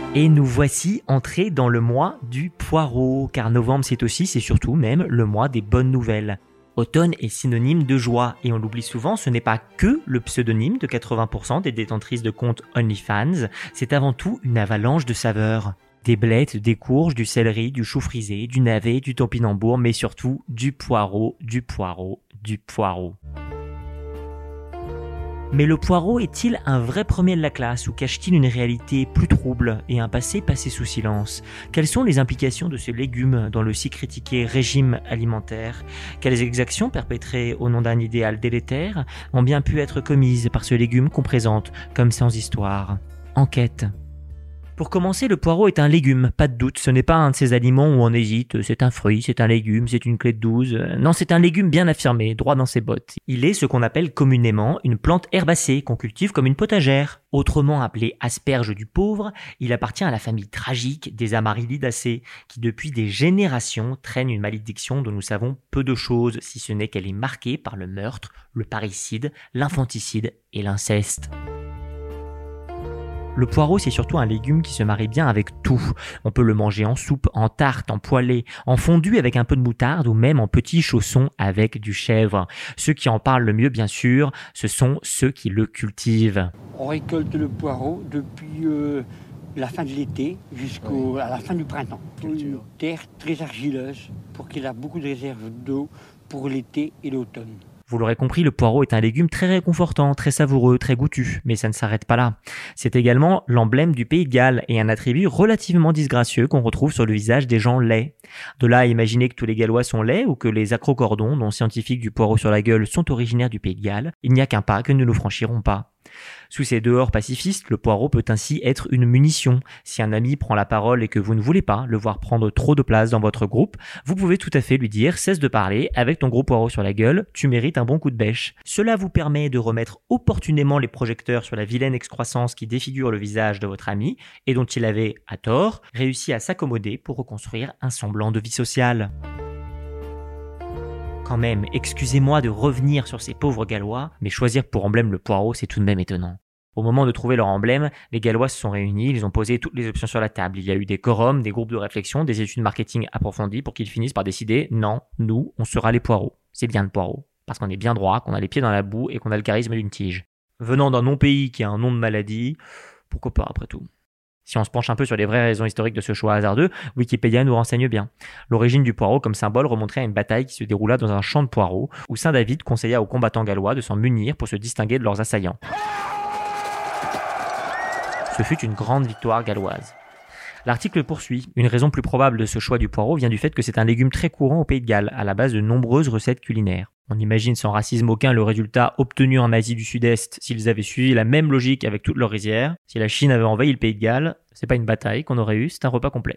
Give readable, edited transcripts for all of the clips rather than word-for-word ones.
Et nous voici entrés dans le mois du poireau, car novembre c'est surtout même le mois des bonnes nouvelles. Automne est synonyme de joie, et on l'oublie souvent, ce n'est pas que le pseudonyme de 80% des détentrices de comptes OnlyFans, c'est avant tout une avalanche de saveurs. Des blettes, des courges, du céleri, du chou frisé, du navet, du topinambour, mais surtout du poireau, du poireau, du poireau. Mais le poireau est-il un vrai premier de la classe ou cache-t-il une réalité plus trouble et un passé sous silence ? Quelles sont les implications de ce légume dans le si critiqué régime alimentaire ? Quelles exactions perpétrées au nom d'un idéal délétère ont bien pu être commises par ce légume qu'on présente comme sans histoire ? Enquête. Pour commencer, le poireau est un légume, pas de doute. Ce n'est pas un de ces aliments où on hésite, c'est un fruit, c'est un légume, c'est une clé de 12. Non, c'est un légume bien affirmé, droit dans ses bottes. Il est ce qu'on appelle communément une plante herbacée qu'on cultive comme une potagère. Autrement appelé asperge du pauvre, il appartient à la famille tragique des Amaryllidaceae, qui depuis des générations traîne une malédiction dont nous savons peu de choses, si ce n'est qu'elle est marquée par le meurtre, le parricide, l'infanticide et l'inceste. Le poireau, c'est surtout un légume qui se marie bien avec tout. On peut le manger en soupe, en tarte, en poêlée, en fondue avec un peu de moutarde ou même en petits chaussons avec du chèvre. Ceux qui en parlent le mieux, bien sûr, ce sont ceux qui le cultivent. On récolte le poireau depuis la fin de l'été jusqu'à la fin du printemps. Une terre très argileuse pour qu'il ait beaucoup de réserves d'eau pour l'été et l'automne. Vous l'aurez compris, le poireau est un légume très réconfortant, très savoureux, très goûtu, mais ça ne s'arrête pas là. C'est également l'emblème du Pays de Galles et un attribut relativement disgracieux qu'on retrouve sur le visage des gens laids. De là à imaginer que tous les Gallois sont laids ou que les acrocordons, dont scientifiques du poireau sur la gueule, sont originaires du Pays de Galles, il n'y a qu'un pas que nous ne franchirons pas. Sous ces dehors pacifistes, le poireau peut ainsi être une munition. Si un ami prend la parole et que vous ne voulez pas le voir prendre trop de place dans votre groupe, vous pouvez tout à fait lui dire « cesse de parler, avec ton gros poireau sur la gueule, tu mérites un bon coup de bêche ». Cela vous permet de remettre opportunément les projecteurs sur la vilaine excroissance qui défigure le visage de votre ami et dont il avait, à tort, réussi à s'accommoder pour reconstruire un semblant de vie sociale. Quand même, excusez-moi de revenir sur ces pauvres Gallois, mais choisir pour emblème le poireau, c'est tout de même étonnant. Au moment de trouver leur emblème, les Gallois se sont réunis, ils ont posé toutes les options sur la table. Il y a eu des quorums, des groupes de réflexion, des études marketing approfondies pour qu'ils finissent par décider « non, nous, on sera les poireaux ». C'est bien le poireau, parce qu'on est bien droit, qu'on a les pieds dans la boue et qu'on a le charisme d'une tige. Venant d'un non-pays qui a un nom de maladie, pourquoi pas après tout ? Si on se penche un peu sur les vraies raisons historiques de ce choix hasardeux, Wikipédia nous renseigne bien. L'origine du poireau comme symbole remonterait à une bataille qui se déroula dans un champ de poireaux, où Saint David conseilla aux combattants gallois de s'en munir pour se distinguer de leurs assaillants. Ce fut une grande victoire galloise. L'article poursuit. Une raison plus probable de ce choix du poireau vient du fait que c'est un légume très courant au Pays de Galles, à la base de nombreuses recettes culinaires. On imagine sans racisme aucun le résultat obtenu en Asie du Sud-Est s'ils avaient suivi la même logique avec toutes leurs rizières. Si la Chine avait envahi le Pays de Galles, c'est pas une bataille qu'on aurait eu, c'est un repas complet.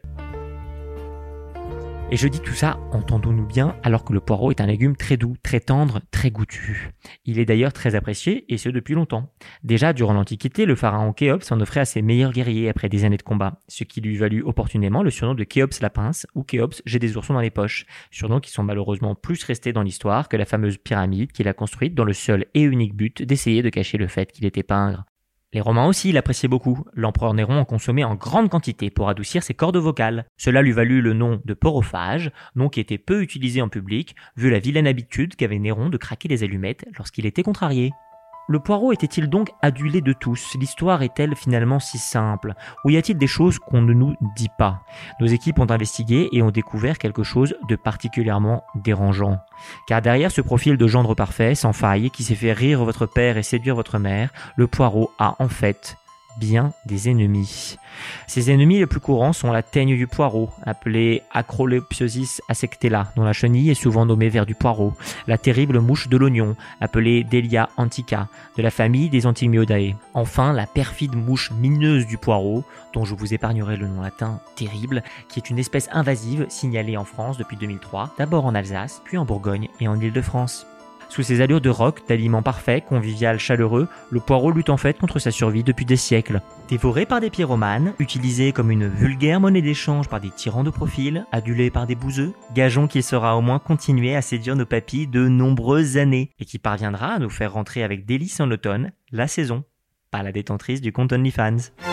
Et je dis tout ça, entendons-nous bien, alors que le poireau est un légume très doux, très tendre, très goûtu. Il est d'ailleurs très apprécié, et ce depuis longtemps. Déjà, durant l'Antiquité, le pharaon Khéops en offrait à ses meilleurs guerriers après des années de combat, ce qui lui valut opportunément le surnom de Khéops la pince ou Khéops j'ai des oursons dans les poches, surnoms qui sont malheureusement plus restés dans l'histoire que la fameuse pyramide qu'il a construite dans le seul et unique but d'essayer de cacher le fait qu'il était pingre. Les Romains aussi l'appréciaient beaucoup. L'empereur Néron en consommait en grande quantité pour adoucir ses cordes vocales. Cela lui valut le nom de porophage, nom qui était peu utilisé en public, vu la vilaine habitude qu'avait Néron de craquer les allumettes lorsqu'il était contrarié. Le poireau était-il donc adulé de tous ? L'histoire est-elle finalement si simple ? Ou y a-t-il des choses qu'on ne nous dit pas ? Nos équipes ont investigué et ont découvert quelque chose de particulièrement dérangeant. Car derrière ce profil de gendre parfait, sans faille, qui s'est fait rire votre père et séduire votre mère, le poireau a en fait bien des ennemis. Ces ennemis les plus courants sont la teigne du poireau, appelée Acrolepsiosis asectella, dont la chenille est souvent nommée ver du poireau, la terrible mouche de l'oignon, appelée Delia antica, de la famille des Antimyoidae. Enfin, la perfide mouche mineuse du poireau, dont je vous épargnerai le nom latin terrible, qui est une espèce invasive signalée en France depuis 2003, d'abord en Alsace, puis en Bourgogne et en Île-de-France. Sous ses allures de roc, d'aliment parfait, convivial, chaleureux, le poireau lutte en fait contre sa survie depuis des siècles. Dévoré par des pyromanes, utilisé comme une vulgaire monnaie d'échange par des tyrans de profil, adulé par des bouseux, gageons qu'il saura au moins continuer à séduire nos papilles de nombreuses années, et qui parviendra à nous faire rentrer avec délice en automne, la saison, pas la détentrice du compte OnlyFans.